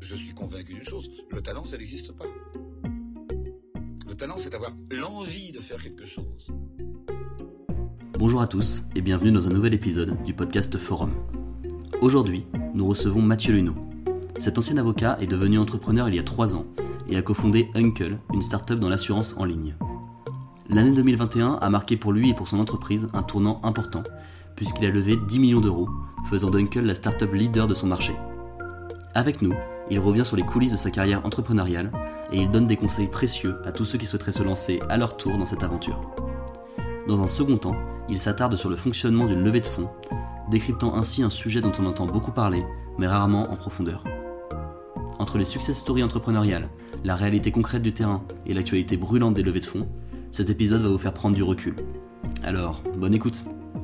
je suis convaincu d'une chose, le talent, ça n'existe pas. Le talent, c'est d'avoir l'envie de faire quelque chose. Bonjour à tous et bienvenue dans un nouvel épisode du podcast Forum. Aujourd'hui, nous recevons Mathieu Luneau. Cet ancien avocat est devenu entrepreneur il y a 3 ans et a cofondé Uncle, une start-up dans l'assurance en ligne. L'année 2021 a marqué pour lui et pour son entreprise un tournant important, puisqu'il a levé 10 millions d'euros, faisant d'Uncle la start-up leader de son marché. Avec nous, il revient sur les coulisses de sa carrière entrepreneuriale et il donne des conseils précieux à tous ceux qui souhaiteraient se lancer à leur tour dans cette aventure. Dans un second temps, il s'attarde sur le fonctionnement d'une levée de fonds, décryptant ainsi un sujet dont on entend beaucoup parler, mais rarement en profondeur. Entre les success stories entrepreneuriales, la réalité concrète du terrain et l'actualité brûlante des levées de fonds, cet épisode va vous faire prendre du recul. Alors, bonne écoute.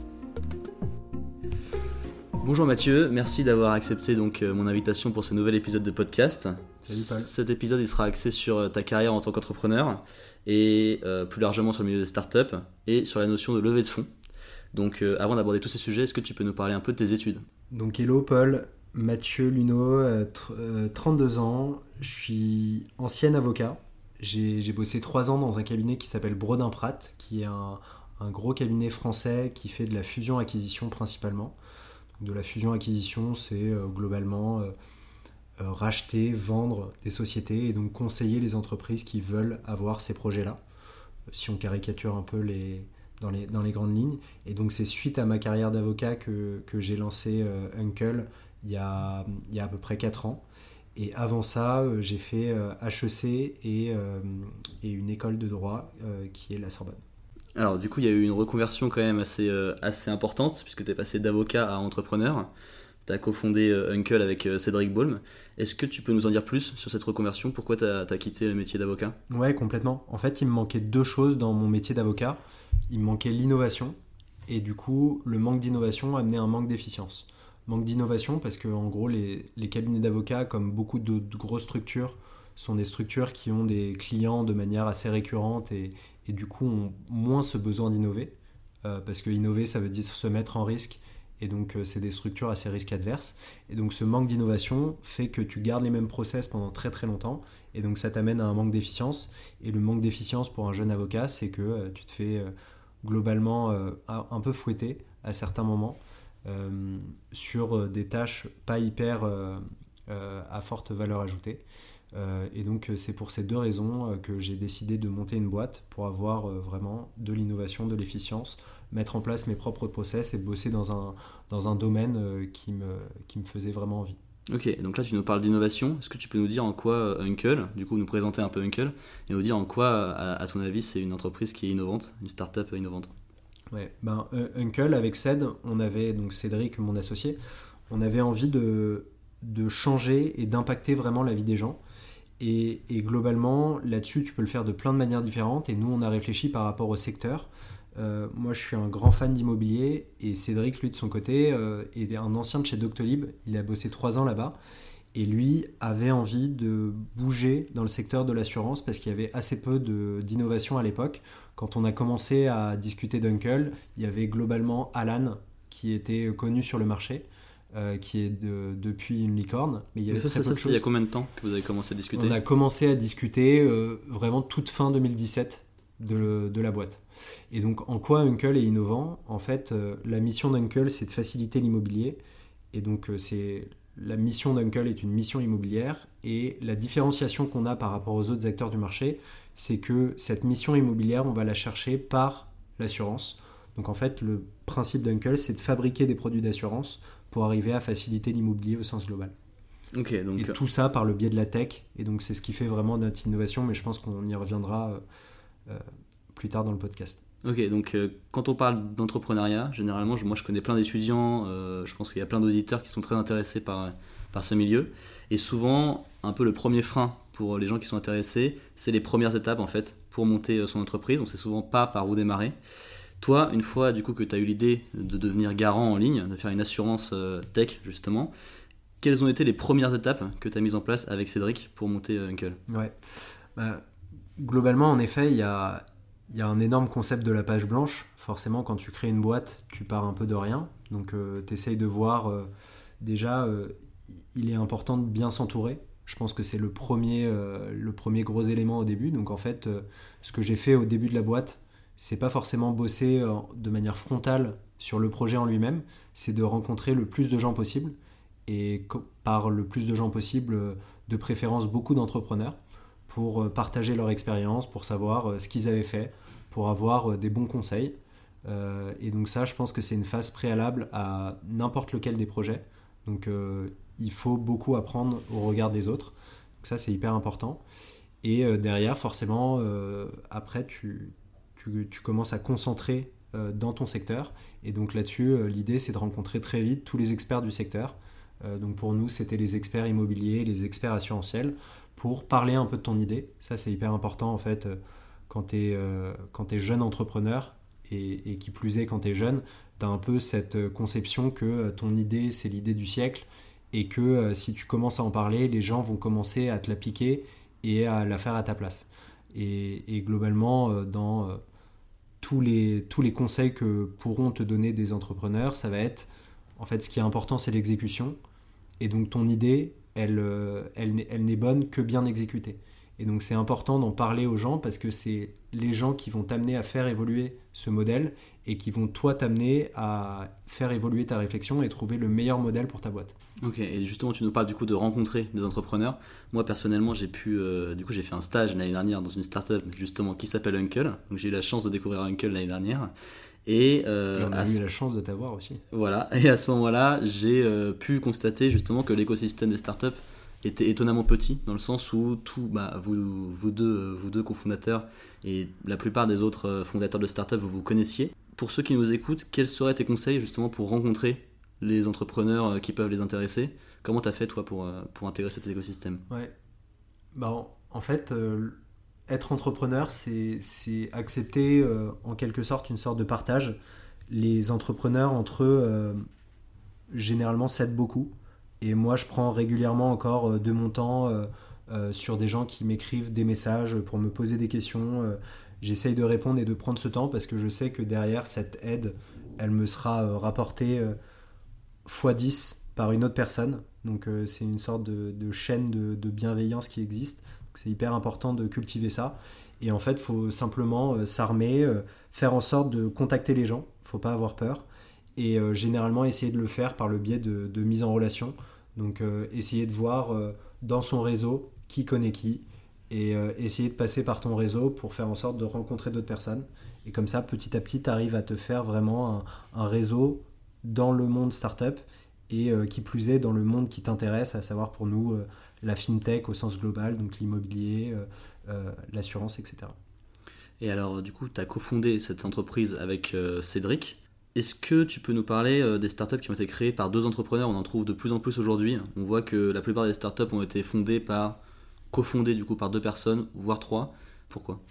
Bonjour Mathieu, merci d'avoir accepté mon invitation pour ce nouvel épisode de podcast. Salut Paul. Cet épisode il sera axé sur ta carrière en tant qu'entrepreneur et plus largement sur le milieu des startups et sur la notion de levée de fonds. Donc avant d'aborder tous ces sujets, est-ce que tu peux nous parler un peu de tes études ? Donc hello Paul, Mathieu Luneau, 32 ans, je suis ancien avocat. J'ai bossé 3 ans dans un cabinet qui s'appelle Brodin-Pratt, qui est un gros cabinet français qui fait de la fusion-acquisition principalement. De la fusion-acquisition, c'est globalement racheter, vendre des sociétés et donc conseiller les entreprises qui veulent avoir ces projets-là, si on caricature un peu dans les grandes lignes. Et donc c'est suite à ma carrière d'avocat que j'ai lancé Uncle il y a à peu près 4 ans. Et avant ça, j'ai fait HEC et une école de droit qui est la Sorbonne. Alors du coup, il y a eu une reconversion quand même assez importante, puisque tu es passé d'avocat à entrepreneur. Tu as cofondé Uncle avec Cédric Baulme. Est-ce que tu peux nous en dire plus sur cette reconversion ? Pourquoi tu as quitté le métier d'avocat ? Ouais, complètement. En fait, il me manquait 2 choses dans mon métier d'avocat. Il me manquait l'innovation. Et du coup, le manque d'innovation amenait un manque d'efficience. Manque d'innovation parce que en gros, les cabinets d'avocats, comme beaucoup de grosses structures, sont des structures qui ont des clients de manière assez récurrente et du coup ont moins ce besoin d'innover. Parce que innover, ça veut dire se mettre en risque. Et donc, c'est des structures assez risques adverses. Et donc, ce manque d'innovation fait que tu gardes les mêmes process pendant très très longtemps. Et donc, ça t'amène à un manque d'efficience. Et le manque d'efficience pour un jeune avocat, c'est que tu te fais globalement un peu fouetter à certains moments sur des tâches pas hyper à forte valeur ajoutée. Et donc, c'est pour ces 2 raisons que j'ai décidé de monter une boîte pour avoir vraiment de l'innovation, de l'efficience, mettre en place mes propres process et bosser dans un domaine qui me faisait vraiment envie. Ok, donc là tu nous parles d'innovation. Est-ce que tu peux nous dire en quoi Uncle, du coup nous présenter un peu Uncle, et nous dire en quoi, à ton avis, c'est une entreprise qui est innovante, une start-up innovante ? Ouais, Uncle, avec Ced, on avait, donc Cédric, mon associé, on avait envie de changer et d'impacter vraiment la vie des gens. Et globalement, là-dessus, tu peux le faire de plein de manières différentes. Et nous, on a réfléchi par rapport au secteur. Moi, je suis un grand fan d'immobilier. Et Cédric, lui, de son côté, est un ancien de chez Doctolib. Il a bossé 3 ans là-bas. Et lui avait envie de bouger dans le secteur de l'assurance parce qu'il y avait assez peu d'innovation à l'époque. Quand on a commencé à discuter d'Uncle, il y avait globalement Alan qui était connu sur le marché. Qui est depuis une licorne, mais il y avait très peu de choses. Il y a combien de temps que vous avez commencé à discuter ? On a commencé à discuter vraiment toute fin 2017 de la boîte. Et donc, en quoi Uncle est innovant ? En fait, la mission d'Uncle, c'est de faciliter l'immobilier. Et donc, la mission d'Uncle est une mission immobilière. Et la différenciation qu'on a par rapport aux autres acteurs du marché, c'est que cette mission immobilière, on va la chercher par l'assurance. Donc, en fait, le principe d'Uncle, c'est de fabriquer des produits d'assurance pour arriver à faciliter l'immobilier au sens global. Okay, donc... Et tout ça par le biais de la tech. Et donc, c'est ce qui fait vraiment notre innovation, mais je pense qu'on y reviendra plus tard dans le podcast. Ok, donc quand on parle d'entrepreneuriat, généralement, moi je connais plein d'étudiants, je pense qu'il y a plein d'auditeurs qui sont très intéressés par ce milieu. Et souvent, un peu le premier frein pour les gens qui sont intéressés, c'est les premières étapes en fait pour monter son entreprise. On ne sait souvent pas par où démarrer. Toi, une fois du coup que tu as eu l'idée de devenir garant en ligne, de faire une assurance tech justement, quelles ont été les premières étapes que tu as mises en place avec Cédric pour monter Uncle ? Ouais. Globalement, en effet, il y a un énorme concept de la page blanche. Forcément, quand tu crées une boîte, tu pars un peu de rien. Donc, tu essayes de voir déjà, il est important de bien s'entourer. Je pense que c'est le premier gros élément au début. Donc en fait, ce que j'ai fait au début de la boîte, c'est pas forcément bosser de manière frontale sur le projet en lui-même, c'est de rencontrer le plus de gens possible, et par le plus de gens possible, de préférence beaucoup d'entrepreneurs, pour partager leur expérience, pour savoir ce qu'ils avaient fait, pour avoir des bons conseils. Et donc ça, je pense que c'est une phase préalable à n'importe lequel des projets. Donc il faut beaucoup apprendre au regard des autres. Donc ça, c'est hyper important. Et derrière, forcément, après, tu commences à concentrer dans ton secteur. Et donc là-dessus, l'idée, c'est de rencontrer très vite tous les experts du secteur. Donc pour nous, c'était les experts immobiliers, les experts assurantiels, pour parler un peu de ton idée. Ça, c'est hyper important, en fait, quand tu es jeune entrepreneur, et qui plus est, quand tu es jeune, tu as un peu cette conception que ton idée, c'est l'idée du siècle, et que si tu commences à en parler, les gens vont commencer à te l'appliquer et à la faire à ta place. Et globalement, dans tous les conseils que pourront te donner des entrepreneurs, ça va être, en fait, ce qui est important, c'est l'exécution. Et donc ton idée, elle n'est bonne que bien exécutée. Et donc c'est important d'en parler aux gens, parce que c'est les gens qui vont t'amener à faire évoluer ce modèle, et qui vont toi t'amener à faire évoluer ta réflexion et trouver le meilleur modèle pour ta boîte. Ok, et justement tu nous parles du coup de rencontrer des entrepreneurs. Moi personnellement j'ai fait un stage l'année dernière dans une startup justement qui s'appelle Uncle. Donc j'ai eu la chance de découvrir Uncle l'année dernière. Et on a eu la chance de t'avoir aussi. Voilà, et à ce moment-là j'ai pu constater justement que l'écosystème des startups était étonnamment petit, dans le sens où vous deux cofondateurs et la plupart des autres fondateurs de startups, vous connaissiez. Pour ceux qui nous écoutent, quels seraient tes conseils justement pour rencontrer les entrepreneurs qui peuvent les intéresser? Comment tu as fait toi pour intégrer cet écosystème? Ouais. En fait, être entrepreneur, c'est accepter en quelque sorte une sorte de partage. Les entrepreneurs entre eux, généralement, s'aident beaucoup. Et moi, je prends régulièrement encore de mon temps sur des gens qui m'écrivent des messages pour me poser des questions. J'essaye de répondre et de prendre ce temps, parce que je sais que derrière, cette aide, elle me sera rapportée x10 par une autre personne. Donc c'est une sorte de chaîne de bienveillance qui existe. Donc, c'est hyper important de cultiver ça. Et en fait, il faut simplement s'armer, faire en sorte de contacter les gens. Il ne faut pas avoir peur. Et généralement, essayer de le faire par le biais de mise en relation. Donc essayer de voir dans son réseau qui connaît qui, et essayer de passer par ton réseau pour faire en sorte de rencontrer d'autres personnes. Et comme ça, petit à petit, tu arrives à te faire vraiment un réseau dans le monde startup, et qui plus est dans le monde qui t'intéresse, à savoir pour nous la fintech au sens global, donc l'immobilier, l'assurance, etc. Et alors du coup, tu as cofondé cette entreprise avec Cédric. Est-ce que tu peux nous parler des startups qui ont été créées par deux entrepreneurs? On en trouve de plus en plus aujourd'hui. On voit que la plupart des startups ont été cofondées du coup par deux personnes, voire trois. Pourquoi?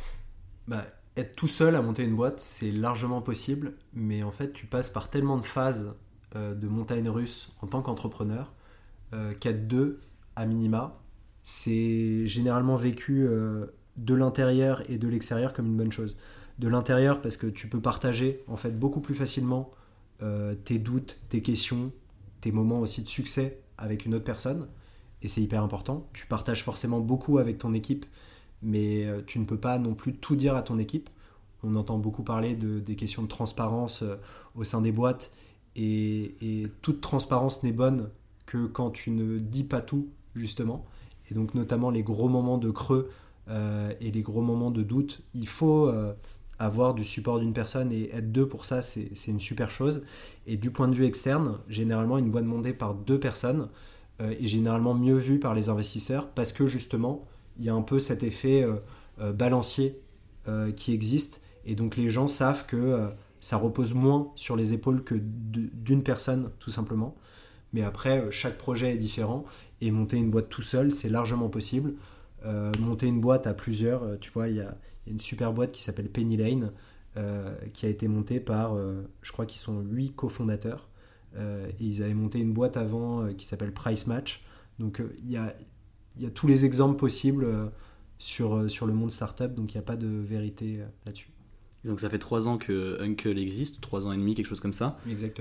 Être tout seul à monter une boîte, c'est largement possible, mais en fait, tu passes par tellement de phases de montagne russe en tant qu'entrepreneur qu'être deux, à minima, c'est généralement vécu de l'intérieur et de l'extérieur comme une bonne chose. De l'intérieur, parce que tu peux partager en fait beaucoup plus facilement tes doutes, tes questions, tes moments aussi de succès avec une autre personne, et c'est hyper important. Tu partages forcément beaucoup avec ton équipe, mais tu ne peux pas non plus tout dire à ton équipe. On entend beaucoup parler des questions de transparence au sein des boîtes, et toute transparence n'est bonne que quand tu ne dis pas tout, justement. Et donc notamment les gros moments de creux et les gros moments de doute, il faut avoir du support d'une personne, et être deux pour ça, c'est une super chose. Et du point de vue externe, généralement une boîte montée par deux personnes est généralement mieux vue par les investisseurs, parce que justement il y a un peu cet effet balancier qui existe, et donc les gens savent que ça repose moins sur les épaules que d'une personne, tout simplement. Mais après, chaque projet est différent, et monter une boîte tout seul, c'est largement possible. Monter une boîte à plusieurs, tu vois, il y a une super boîte qui s'appelle Penny Lane, qui a été montée par, je crois qu'ils sont 8 cofondateurs, et ils avaient monté une boîte avant qui s'appelle Price Match. Donc il y a tous les exemples possibles sur le monde startup, donc il n'y a pas de vérité là-dessus. Donc ça fait 3 ans que Uncle existe, 3 ans et demi, quelque chose comme ça. Exactement.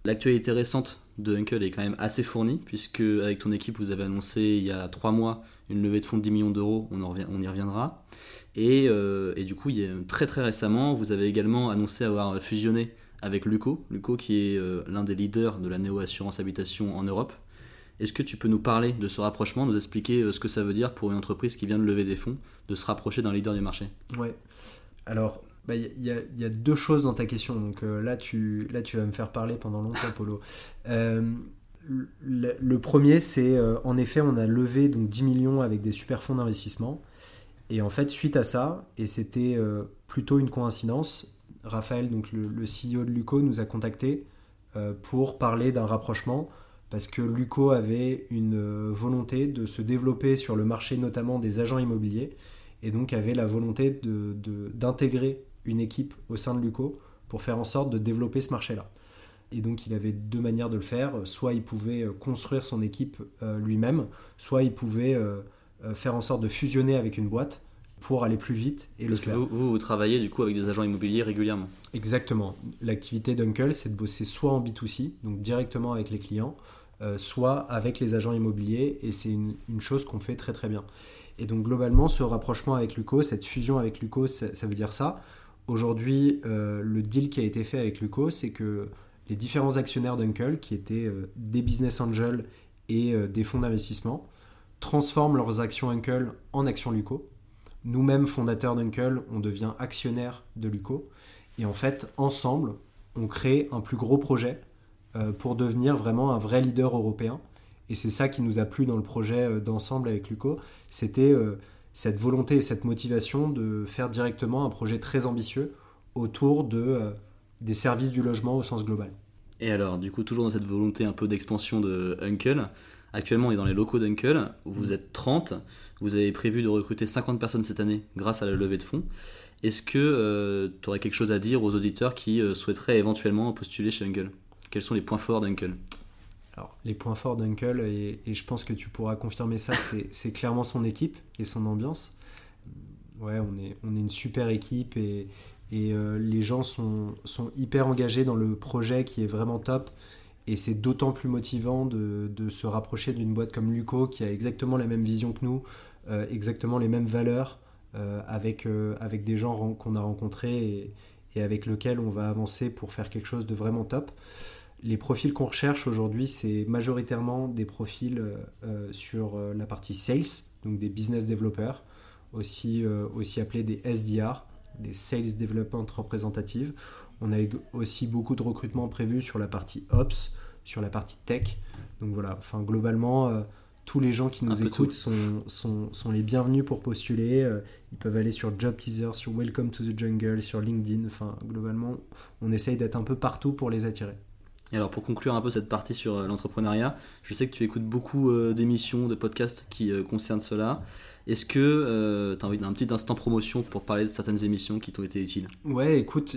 L'actualité récente de Uncle est quand même assez fournie, puisque avec ton équipe, vous avez annoncé il y a 3 mois une levée de fonds de 10 millions d'euros, on y reviendra. Et du coup, très très récemment, vous avez également annoncé avoir fusionné avec Luco qui est l'un des leaders de la néo-assurance habitation en Europe. Est-ce que tu peux nous parler de ce rapprochement, nous expliquer ce que ça veut dire pour une entreprise qui vient de lever des fonds, de se rapprocher d'un leader du marché ? Ouais. Alors, y a 2 choses dans ta question. Donc là, tu vas me faire parler pendant longtemps, Polo. Le premier, c'est en effet, on a levé donc 10 millions avec des super fonds d'investissement. Et en fait, suite à ça, et c'était plutôt une coïncidence, Raphaël, donc le CEO de Luco, nous a contactés pour parler d'un rapprochement, parce que Luco avait une volonté de se développer sur le marché notamment des agents immobiliers, et donc avait la volonté d'intégrer une équipe au sein de Luco pour faire en sorte de développer ce marché-là. Et donc il avait 2 manières de le faire, soit il pouvait construire son équipe lui-même, soit il pouvait faire en sorte de fusionner avec une boîte pour aller plus vite et Parce le faire. Que vous travaillez du coup avec des agents immobiliers régulièrement. Exactement. L'activité d'Uncle, c'est de bosser soit en B2C, donc directement avec les clients, soit avec les agents immobiliers, et c'est une chose qu'on fait très très bien. Et donc globalement, ce rapprochement avec Luco, cette fusion avec Luco, ça veut dire ça. Aujourd'hui, le deal qui a été fait avec Luco, c'est que les différents actionnaires d'Uncle, qui étaient des business angels et des fonds d'investissement, transforment leurs actions Uncle en actions Luco. Nous-mêmes, fondateurs d'Uncle, on devient actionnaire de Luco. Et en fait, ensemble, on crée un plus gros projet pour devenir vraiment un vrai leader européen. Et c'est ça qui nous a plu dans le projet d'ensemble avec Luco. C'était cette volonté et cette motivation de faire directement un projet très ambitieux autour des services du logement au sens global. Et alors, du coup, toujours dans cette volonté un peu d'expansion de Uncle, actuellement on est dans les locaux d'Uncle, vous êtes 30, vous avez prévu de recruter 50 personnes cette année grâce à la levée de fonds. Est-ce que tu aurais quelque chose à dire aux auditeurs qui souhaiteraient éventuellement postuler chez Uncle ? Quels sont les points forts d'Uncle ? Alors, les points forts d'Uncle, et je pense que tu pourras confirmer ça, c'est clairement son équipe et son ambiance. Ouais, on est une super équipe et les gens sont hyper engagés dans le projet qui est vraiment top. Et c'est d'autant plus motivant de se rapprocher d'une boîte comme Luco qui a exactement la même vision que nous, exactement les mêmes valeurs, avec des gens qu'on a rencontrés et avec lesquels on va avancer pour faire quelque chose de vraiment top. Les profils qu'on recherche aujourd'hui, c'est majoritairement des profils sur la partie sales, donc des business developers, aussi appelés des SDR, des Sales Development Representatives. On a aussi beaucoup de recrutements prévus sur la partie Ops, sur la partie Tech. Donc voilà, enfin, globalement, tous les gens qui nous écoutent sont les bienvenus pour postuler. Ils peuvent aller sur Job Teaser, sur Welcome to the Jungle, sur LinkedIn. Enfin, globalement, on essaye d'être un peu partout pour les attirer. Et alors pour conclure un peu cette partie sur l'entrepreneuriat, je sais que tu écoutes beaucoup d'émissions, de podcasts qui concernent cela. Est-ce que tu as envie d'un petit instant promotion pour parler de certaines émissions qui t'ont été utiles ? Ouais, écoute,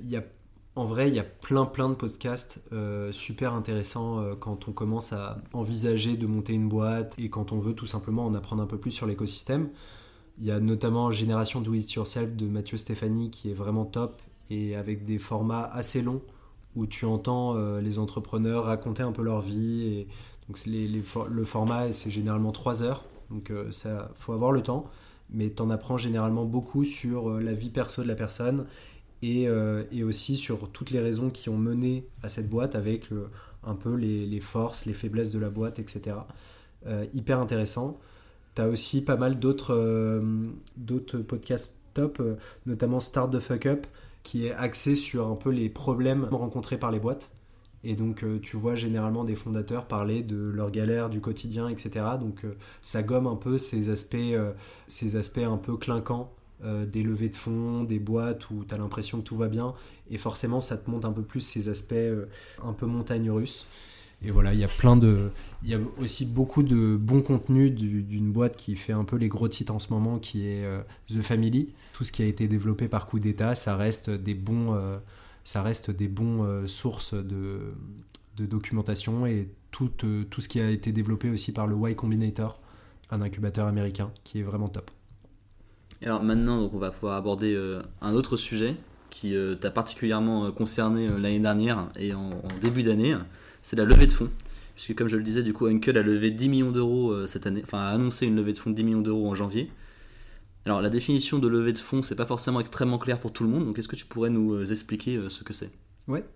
en vrai, il y a plein de podcasts super intéressants quand on commence à envisager de monter une boîte et quand on veut tout simplement en apprendre un peu plus sur l'écosystème. Il y a notamment Génération Do It Yourself de Mathieu Stéphanie qui est vraiment top et avec des formats assez longs où tu entends les entrepreneurs raconter un peu leur vie. Et donc le format, c'est généralement 3 heures, donc ça faut avoir le temps, mais tu en apprends généralement beaucoup sur la vie perso de la personne et aussi sur toutes les raisons qui ont mené à cette boîte avec un peu les forces, les faiblesses de la boîte, etc. Hyper intéressant. Tu as aussi pas mal d'autres podcasts top, notamment Start the Fuck Up, qui est axé sur un peu les problèmes rencontrés par les boîtes. Et donc, tu vois généralement des fondateurs parler de leurs galères du quotidien, etc. Donc, ça gomme un peu ces aspects un peu clinquants des levées de fonds, des boîtes où tu as l'impression que tout va bien. Et forcément, ça te montre un peu plus ces aspects un peu montagne russe. Et voilà, il y a aussi beaucoup de bons contenus d'une boîte qui fait un peu les gros titres en ce moment, qui est The Family. Tout ce qui a été développé par coup d'État, ça reste des bons sources de documentation, et tout ce qui a été développé aussi par le Y Combinator, un incubateur américain qui est vraiment top. Et alors maintenant, donc, on va pouvoir aborder un autre sujet qui t'a particulièrement concerné l'année dernière et en début d'année, c'est la levée de fonds. Puisque comme je le disais, du coup, Uncle a levé 10 millions d'euros cette année, enfin a annoncé une levée de fonds de 10 millions d'euros en janvier. Alors la définition de levée de fonds, c'est pas forcément extrêmement clair pour tout le monde, donc est-ce que tu pourrais nous expliquer ce que c'est ? Ouais.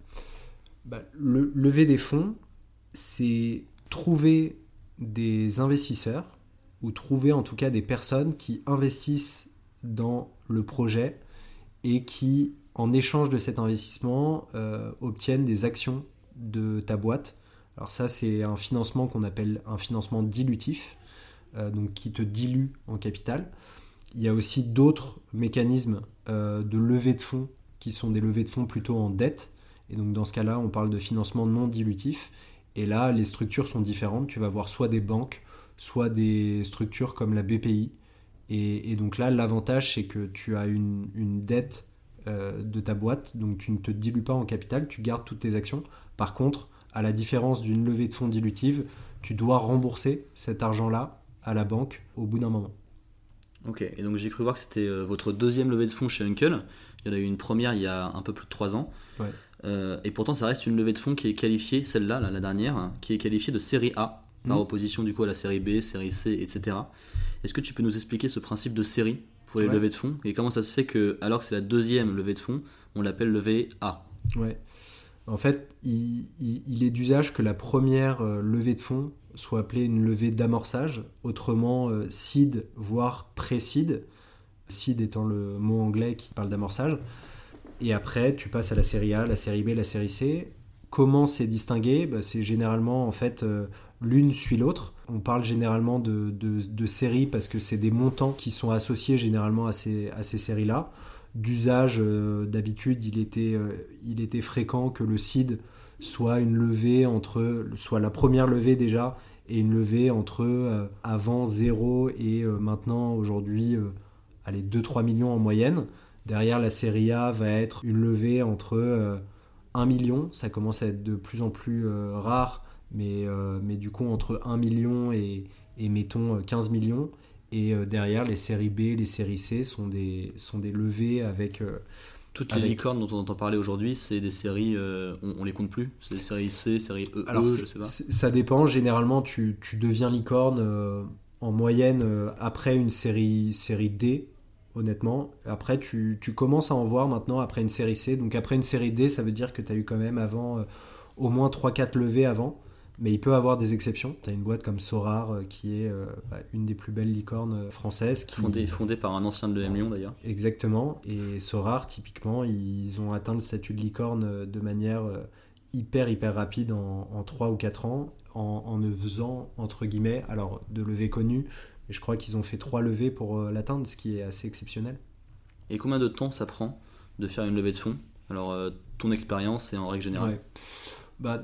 Lever des fonds, c'est trouver des investisseurs ou trouver en tout cas des personnes qui investissent dans le projet et qui, en échange de cet investissement, obtiennent des actions de ta boîte. Alors ça, c'est un financement qu'on appelle un financement dilutif, donc qui te dilue en capital. Il y a aussi d'autres mécanismes de levée de fonds qui sont des levées de fonds plutôt en dette. Et donc dans ce cas-là, on parle de financement non dilutif. Et là, les structures sont différentes. Tu vas voir soit des banques, soit des structures comme la BPI. Et donc là, l'avantage, c'est que tu as une dette de ta boîte. Donc tu ne te dilues pas en capital, tu gardes toutes tes actions. Par contre, à la différence d'une levée de fonds dilutive, tu dois rembourser cet argent-là à la banque au bout d'un moment. Ok, et donc j'ai cru voir que c'était votre deuxième levée de fonds chez Uncle. Il y en a eu une première il y a un peu plus de 3 ans. Ouais. Et pourtant, ça reste une levée de fonds qui est qualifiée, celle-là, la dernière, hein, qui est qualifiée de série A, par opposition du coup à la série B, série C, etc. Est-ce que tu peux nous expliquer ce principe de série pour les levées de fonds et comment ça se fait que, alors que c'est la deuxième levée de fonds, on l'appelle levée A ? Ouais. En fait, il est d'usage que la première levée de fonds soit appelée une levée d'amorçage, autrement seed, voire pré-seed. Seed étant le mot anglais qui parle d'amorçage. Et après, tu passes à la série A, la série B, la série C. Comment c'est distingué ? C'est généralement, en fait, l'une suit l'autre. On parle généralement de séries parce que c'est des montants qui sont associés généralement à ces séries-là. D'usage, d'habitude, il était fréquent que le seed soit une levée soit la première levée déjà, et une levée entre avant 0 et maintenant, aujourd'hui, 2-3 millions en moyenne. Derrière, la série A va être une levée entre 1 million, ça commence à être de plus en plus rare, mais du coup entre 1 million et mettons 15 millions. Et derrière, les séries B, les séries C sont des levées avec... Toutes les licornes dont on entend parler aujourd'hui, c'est des séries, on les compte plus. C'est des séries C, séries E, alors, je sais pas. Ça dépend, généralement tu deviens licorne en moyenne après une série D. Honnêtement, après tu commences à en voir maintenant après une série C. Donc après une série D, ça veut dire que tu as eu quand même avant au moins 3-4 levées avant. Mais il peut avoir des exceptions. Tu as une boîte comme Sorar qui est une des plus belles licornes françaises. Fondée par un ancien de l'EM Lyon d'ailleurs. Exactement. Et Sorar, typiquement, ils ont atteint le statut de licorne de manière hyper rapide en 3 ou 4 ans en ne faisant, entre guillemets, alors de levées connues. Et je crois qu'ils ont fait 3 levées pour l'atteindre, ce qui est assez exceptionnel. Et combien de temps ça prend de faire une levée de fonds ? Alors, ton expérience et en règle générale. Ouais.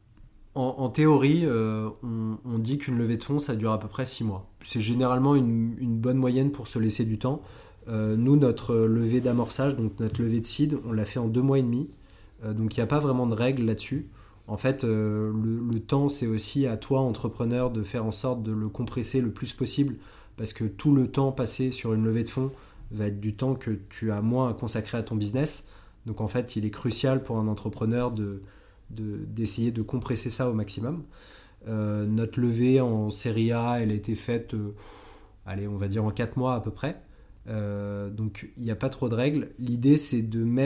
En théorie, on dit qu'une levée de fonds, ça dure à peu près 6 mois. C'est généralement une bonne moyenne pour se laisser du temps. Nous, notre levée d'amorçage, donc notre levée de seed, on l'a fait en 2 mois et demi. Donc, il n'y a pas vraiment de règles là-dessus. En fait, le temps, c'est aussi à toi, entrepreneur, de faire en sorte de le compresser le plus possible, parce que tout le temps passé sur une levée de fonds va être du temps que tu as moins à consacrer à ton business. Donc en fait, il est crucial pour un entrepreneur d'essayer de compresser ça au maximum. Notre levée en série A, elle a été faite, on va dire en 4 mois à peu près. Donc il n'y a pas trop de règles. L'idée, c'est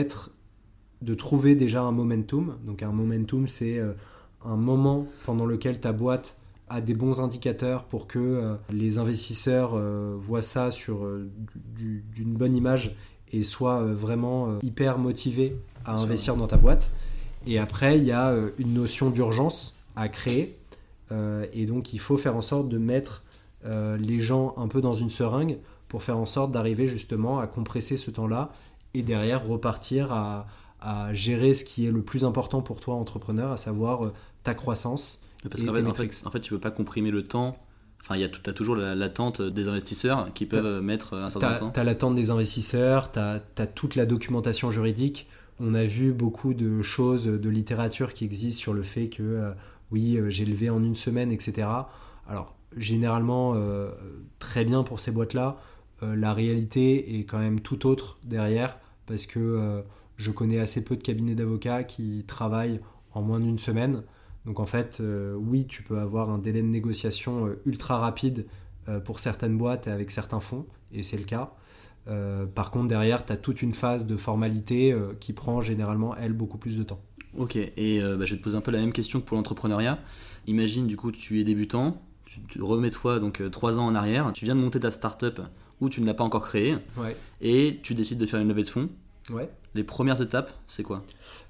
de trouver déjà un momentum. Donc un momentum, c'est un moment pendant lequel ta boîte a des bons indicateurs pour que les investisseurs voient ça sur d'une bonne image et soient vraiment hyper motivés à investir dans ta boîte. Et après, il y a une notion d'urgence à créer. Et donc, il faut faire en sorte de mettre les gens un peu dans une seringue pour faire en sorte d'arriver justement à compresser ce temps-là et derrière repartir à gérer ce qui est le plus important pour toi, entrepreneur, à savoir ta croissance. Parce qu'en fait, tu ne peux pas comprimer le temps. Enfin, tu as toujours l'attente des investisseurs qui peuvent mettre un certain temps. Tu as l'attente des investisseurs, tu as toute la documentation juridique. On a vu beaucoup de choses, de littérature qui existent sur le fait que j'ai levé en 1 semaine, etc. Alors, généralement, très bien pour ces boîtes-là. La réalité est quand même tout autre derrière parce que je connais assez peu de cabinets d'avocats qui travaillent en moins d'une semaine. Donc en fait, oui, tu peux avoir un délai de négociation ultra rapide pour certaines boîtes et avec certains fonds, et c'est le cas. Par contre, derrière, tu as toute une phase de formalité qui prend généralement, elle, beaucoup plus de temps. Ok, et je vais te poser un peu la même question que pour l'entrepreneuriat. Imagine, du coup, tu es débutant, remets-toi donc 3 ans en arrière, tu viens de monter ta start-up où tu ne l'as pas encore créée, Ouais. et tu décides de faire une levée de fonds. Ouais. Les premières étapes, c'est quoi ?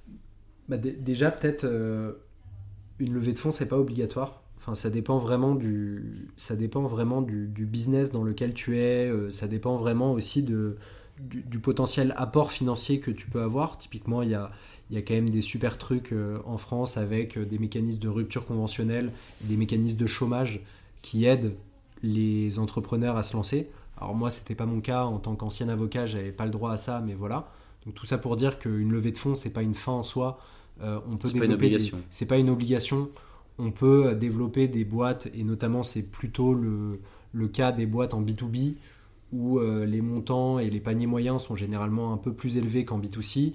Déjà, peut-être, une levée de fonds, c'est pas obligatoire. Enfin, ça dépend vraiment du business dans lequel tu es. Ça dépend vraiment aussi du potentiel apport financier que tu peux avoir. Typiquement, il y a quand même des super trucs en France avec des mécanismes de rupture conventionnelle, des mécanismes de chômage qui aident les entrepreneurs à se lancer. Alors moi, c'était pas mon cas. En tant qu'ancien avocat, j'avais pas le droit à ça, mais voilà. Donc tout ça pour dire qu'une levée de fonds, c'est pas une fin en soi. On peut c'est pas une obligation. c'est pas une obligation. On peut développer des boîtes, et notamment c'est plutôt le cas des boîtes en B2B où les montants et les paniers moyens sont généralement un peu plus élevés qu'en B2C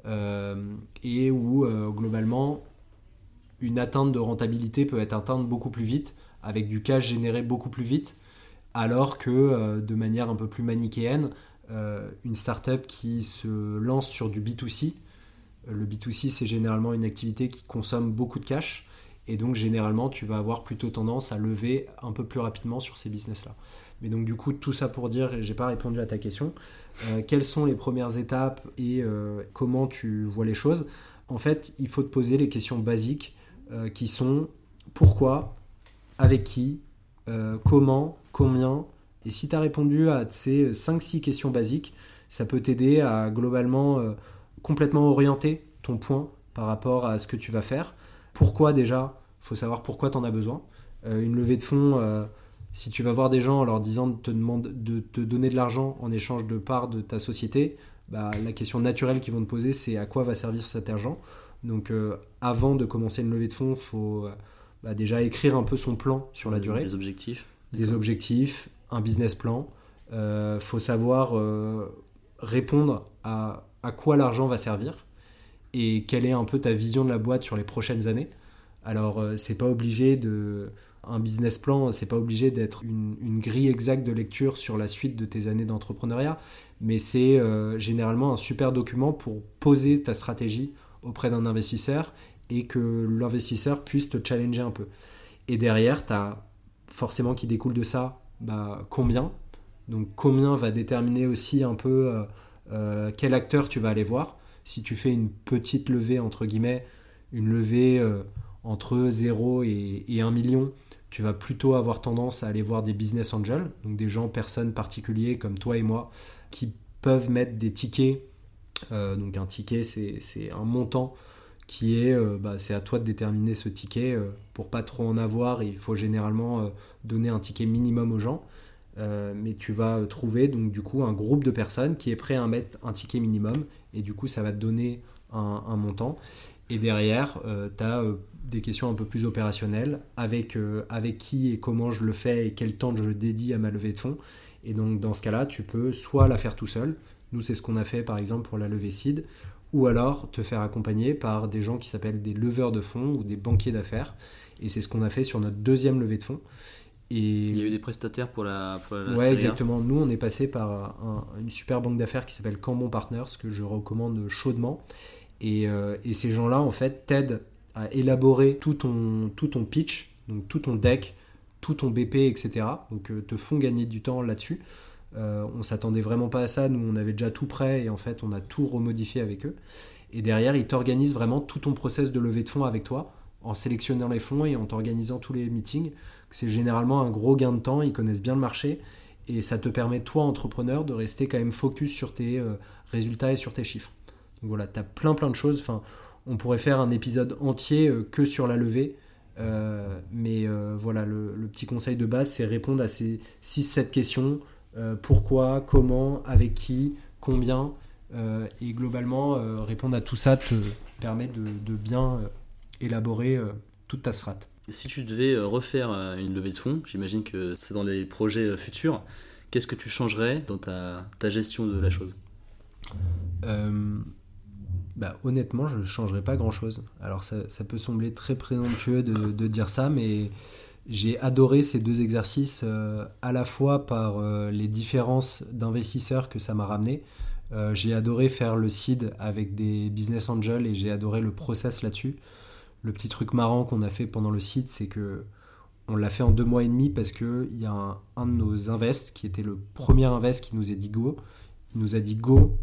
et où globalement une atteinte de rentabilité peut être atteinte beaucoup plus vite avec du cash généré beaucoup plus vite, alors que de manière un peu plus manichéenne, une startup qui se lance sur du B2C, le B2C c'est généralement une activité qui consomme beaucoup de cash. Et donc, généralement, tu vas avoir plutôt tendance à lever un peu plus rapidement sur ces business-là. Mais donc, du coup, tout ça pour dire, j'ai pas répondu à ta question, quelles sont les premières étapes et comment tu vois les choses ? En fait, il faut te poser les questions basiques qui sont pourquoi, avec qui, comment, combien. Et si tu as répondu à ces 5-6 questions basiques, ça peut t'aider à globalement complètement orienter ton point par rapport à ce que tu vas faire. Pourquoi déjà ? Il faut savoir pourquoi tu en as besoin. Une levée de fonds, si tu vas voir des gens en leur disant de te donner de l'argent en échange de parts de ta société, la question naturelle qu'ils vont te poser, c'est à quoi va servir cet argent. Donc avant de commencer une levée de fonds, il faut déjà écrire un peu son plan sur la durée. Des objectifs. Des objectifs, un business plan. Faut savoir répondre à quoi l'argent va servir. Et quelle est un peu ta vision de la boîte sur les prochaines années. Alors, c'est pas obligé un business plan, c'est pas obligé d'être une grille exacte de lecture sur la suite de tes années d'entrepreneuriat, mais c'est généralement un super document pour poser ta stratégie auprès d'un investisseur et que l'investisseur puisse te challenger un peu. Et derrière, tu as forcément qui découle de ça, combien. Donc, combien va déterminer aussi un peu quel acteur tu vas aller voir. Si tu fais une petite levée, entre guillemets, une levée entre 0 et 1 million, tu vas plutôt avoir tendance à aller voir des business angels, donc des gens, personnes particuliers comme toi et moi, qui peuvent mettre des tickets. Donc un ticket, c'est un montant qui est, c'est à toi de déterminer ce ticket. Pour pas trop en avoir, il faut généralement donner un ticket minimum aux gens. Mais tu vas trouver donc du coup un groupe de personnes qui est prêt à mettre un ticket minimum et du coup ça va te donner un montant et derrière tu as des questions un peu plus opérationnelles avec qui et comment je le fais et quel temps je dédie à ma levée de fonds. Et donc dans ce cas là tu peux soit la faire tout seul, nous c'est ce qu'on a fait par exemple pour la levée seed, ou alors te faire accompagner par des gens qui s'appellent des leveurs de fonds ou des banquiers d'affaires, et c'est ce qu'on a fait sur notre deuxième levée de fonds. Et il y a eu des prestataires pour la ouais, exactement. Nous, on est passé par une super banque d'affaires qui s'appelle Cambon Partners, que je recommande chaudement. Et ces gens-là, en fait, t'aident à élaborer tout ton pitch, donc tout ton deck, tout ton BP, etc. Donc, te font gagner du temps là-dessus. On s'attendait vraiment pas à ça. Nous, on avait déjà tout prêt et en fait, on a tout remodifié avec eux. Et derrière, ils t'organisent vraiment tout ton process de levée de fonds avec toi, en sélectionnant les fonds et en t'organisant tous les meetings. C'est généralement un gros gain de temps, ils connaissent bien le marché et ça te permet, toi, entrepreneur, de rester quand même focus sur tes résultats et sur tes chiffres. Donc voilà, tu as plein de choses. Enfin, on pourrait faire un épisode entier que sur la levée, mais voilà, le petit conseil de base, c'est répondre à ces 6-7 questions. Pourquoi, comment, avec qui, combien, et globalement, répondre à tout ça te permet de bien élaborer toute ta strat. Si tu devais refaire une levée de fonds, j'imagine que c'est dans les projets futurs, qu'est-ce que tu changerais dans ta gestion de la chose ? Honnêtement, je ne changerais pas grand-chose. Alors ça peut sembler très présomptueux de dire ça, mais j'ai adoré ces 2 exercices à la fois par les différences d'investisseurs que ça m'a ramené. J'ai adoré faire le seed avec des business angels et j'ai adoré le process là-dessus. Le petit truc marrant qu'on a fait pendant le seed, c'est que on l'a fait en 2 mois et demi parce qu'il y a un de nos invests qui était le premier invest qui nous a dit go. Il nous a dit go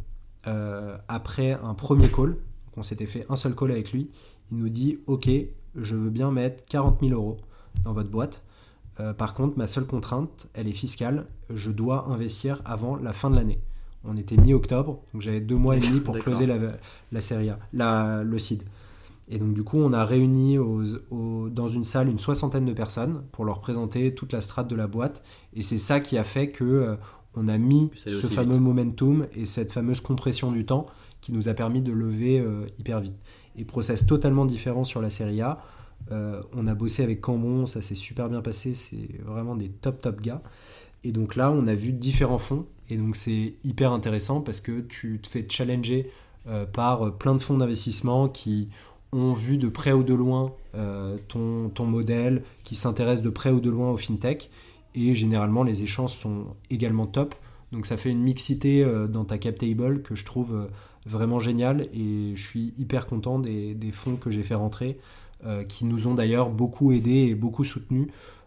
après un premier call. Donc on s'était fait un seul call avec lui. Il nous dit ok, je veux bien mettre 40 000 euros dans votre boîte. Par contre, ma seule contrainte, elle est fiscale. Je dois investir avant la fin de l'année. On était mi-octobre, donc j'avais 2 mois et demi pour closer la série A, le seed. Et donc du coup, on a réuni dans une salle une 60aine de personnes pour leur présenter toute la strate de la boîte. Et c'est ça qui a fait que on a mis ce fameux momentum et cette fameuse compression du temps qui nous a permis de lever hyper vite. Et process totalement différent sur la série A. On a bossé avec Cambon, ça s'est super bien passé, c'est vraiment des top gars. Et donc là, on a vu différents fonds. Et donc c'est hyper intéressant parce que tu te fais challenger par plein de fonds d'investissement qui ont vu de près ou de loin ton modèle, qui s'intéressent de près ou de loin au fintech. Et généralement, les échanges sont également top. Donc ça fait une mixité dans ta cap table que je trouve vraiment géniale. Et je suis hyper content des fonds que j'ai fait rentrer, qui nous ont d'ailleurs beaucoup aidés et beaucoup soutenus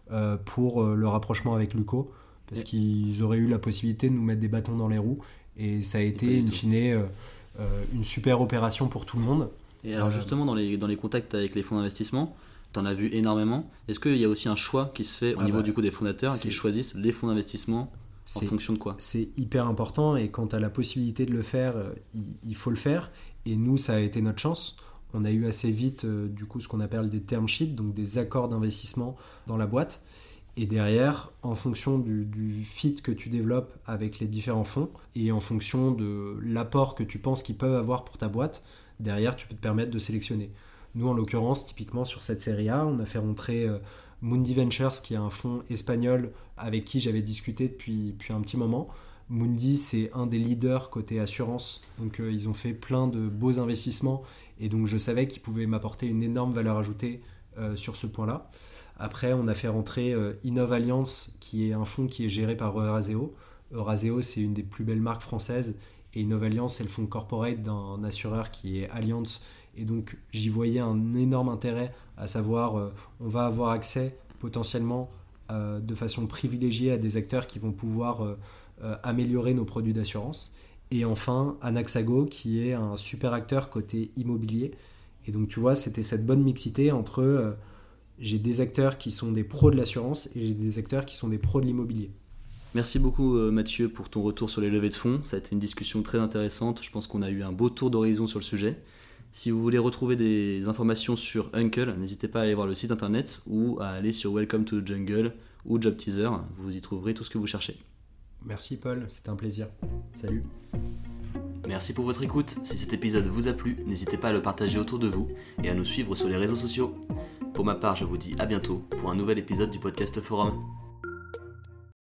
pour le rapprochement avec Luco. Parce qu'ils auraient eu la possibilité de nous mettre des bâtons dans les roues. Et ça a été, in fine, une super opération pour tout le monde. Et alors justement, dans les contacts avec les fonds d'investissement, tu en as vu énormément. Est-ce qu'il y a aussi un choix qui se fait au niveau du coup des fondateurs qui choisissent les fonds d'investissement en fonction de quoi ? C'est hyper important et quand tu as la possibilité de le faire, il faut le faire. Et nous, ça a été notre chance. On a eu assez vite du coup ce qu'on appelle des term sheets, donc des accords d'investissement dans la boîte. Et derrière, en fonction du fit que tu développes avec les différents fonds et en fonction de l'apport que tu penses qu'ils peuvent avoir pour ta boîte, derrière, tu peux te permettre de sélectionner. Nous, en l'occurrence, typiquement sur cette série A, on a fait rentrer Mundi Ventures, qui est un fonds espagnol avec qui j'avais discuté depuis un petit moment. Mundi, c'est un des leaders côté assurance. Donc, ils ont fait plein de beaux investissements. Et donc, je savais qu'ils pouvaient m'apporter une énorme valeur ajoutée sur ce point-là. Après, on a fait rentrer Innov Alliance, qui est un fonds qui est géré par Euraseo. Euraseo, c'est une des plus belles marques françaises. Et Innov Alliance, c'est le fonds corporate d'un assureur qui est Allianz. Et donc, j'y voyais un énorme intérêt, à savoir, on va avoir accès potentiellement de façon privilégiée à des acteurs qui vont pouvoir améliorer nos produits d'assurance. Et enfin, Anaxago, qui est un super acteur côté immobilier. Et donc, tu vois, c'était cette bonne mixité entre... j'ai des acteurs qui sont des pros de l'assurance et j'ai des acteurs qui sont des pros de l'immobilier. Merci beaucoup Mathieu pour ton retour sur les levées de fonds. Ça a été une discussion très intéressante. Je pense qu'on a eu un beau tour d'horizon sur le sujet. Si vous voulez retrouver des informations sur Uncle, n'hésitez pas à aller voir le site internet ou à aller sur Welcome to the Jungle ou Job Teaser. Vous y trouverez tout ce que vous cherchez. Merci Paul, c'était un plaisir. Salut. Merci pour votre écoute. Si cet épisode vous a plu, n'hésitez pas à le partager autour de vous et à nous suivre sur les réseaux sociaux. Pour ma part, je vous dis à bientôt pour un nouvel épisode du podcast Forum.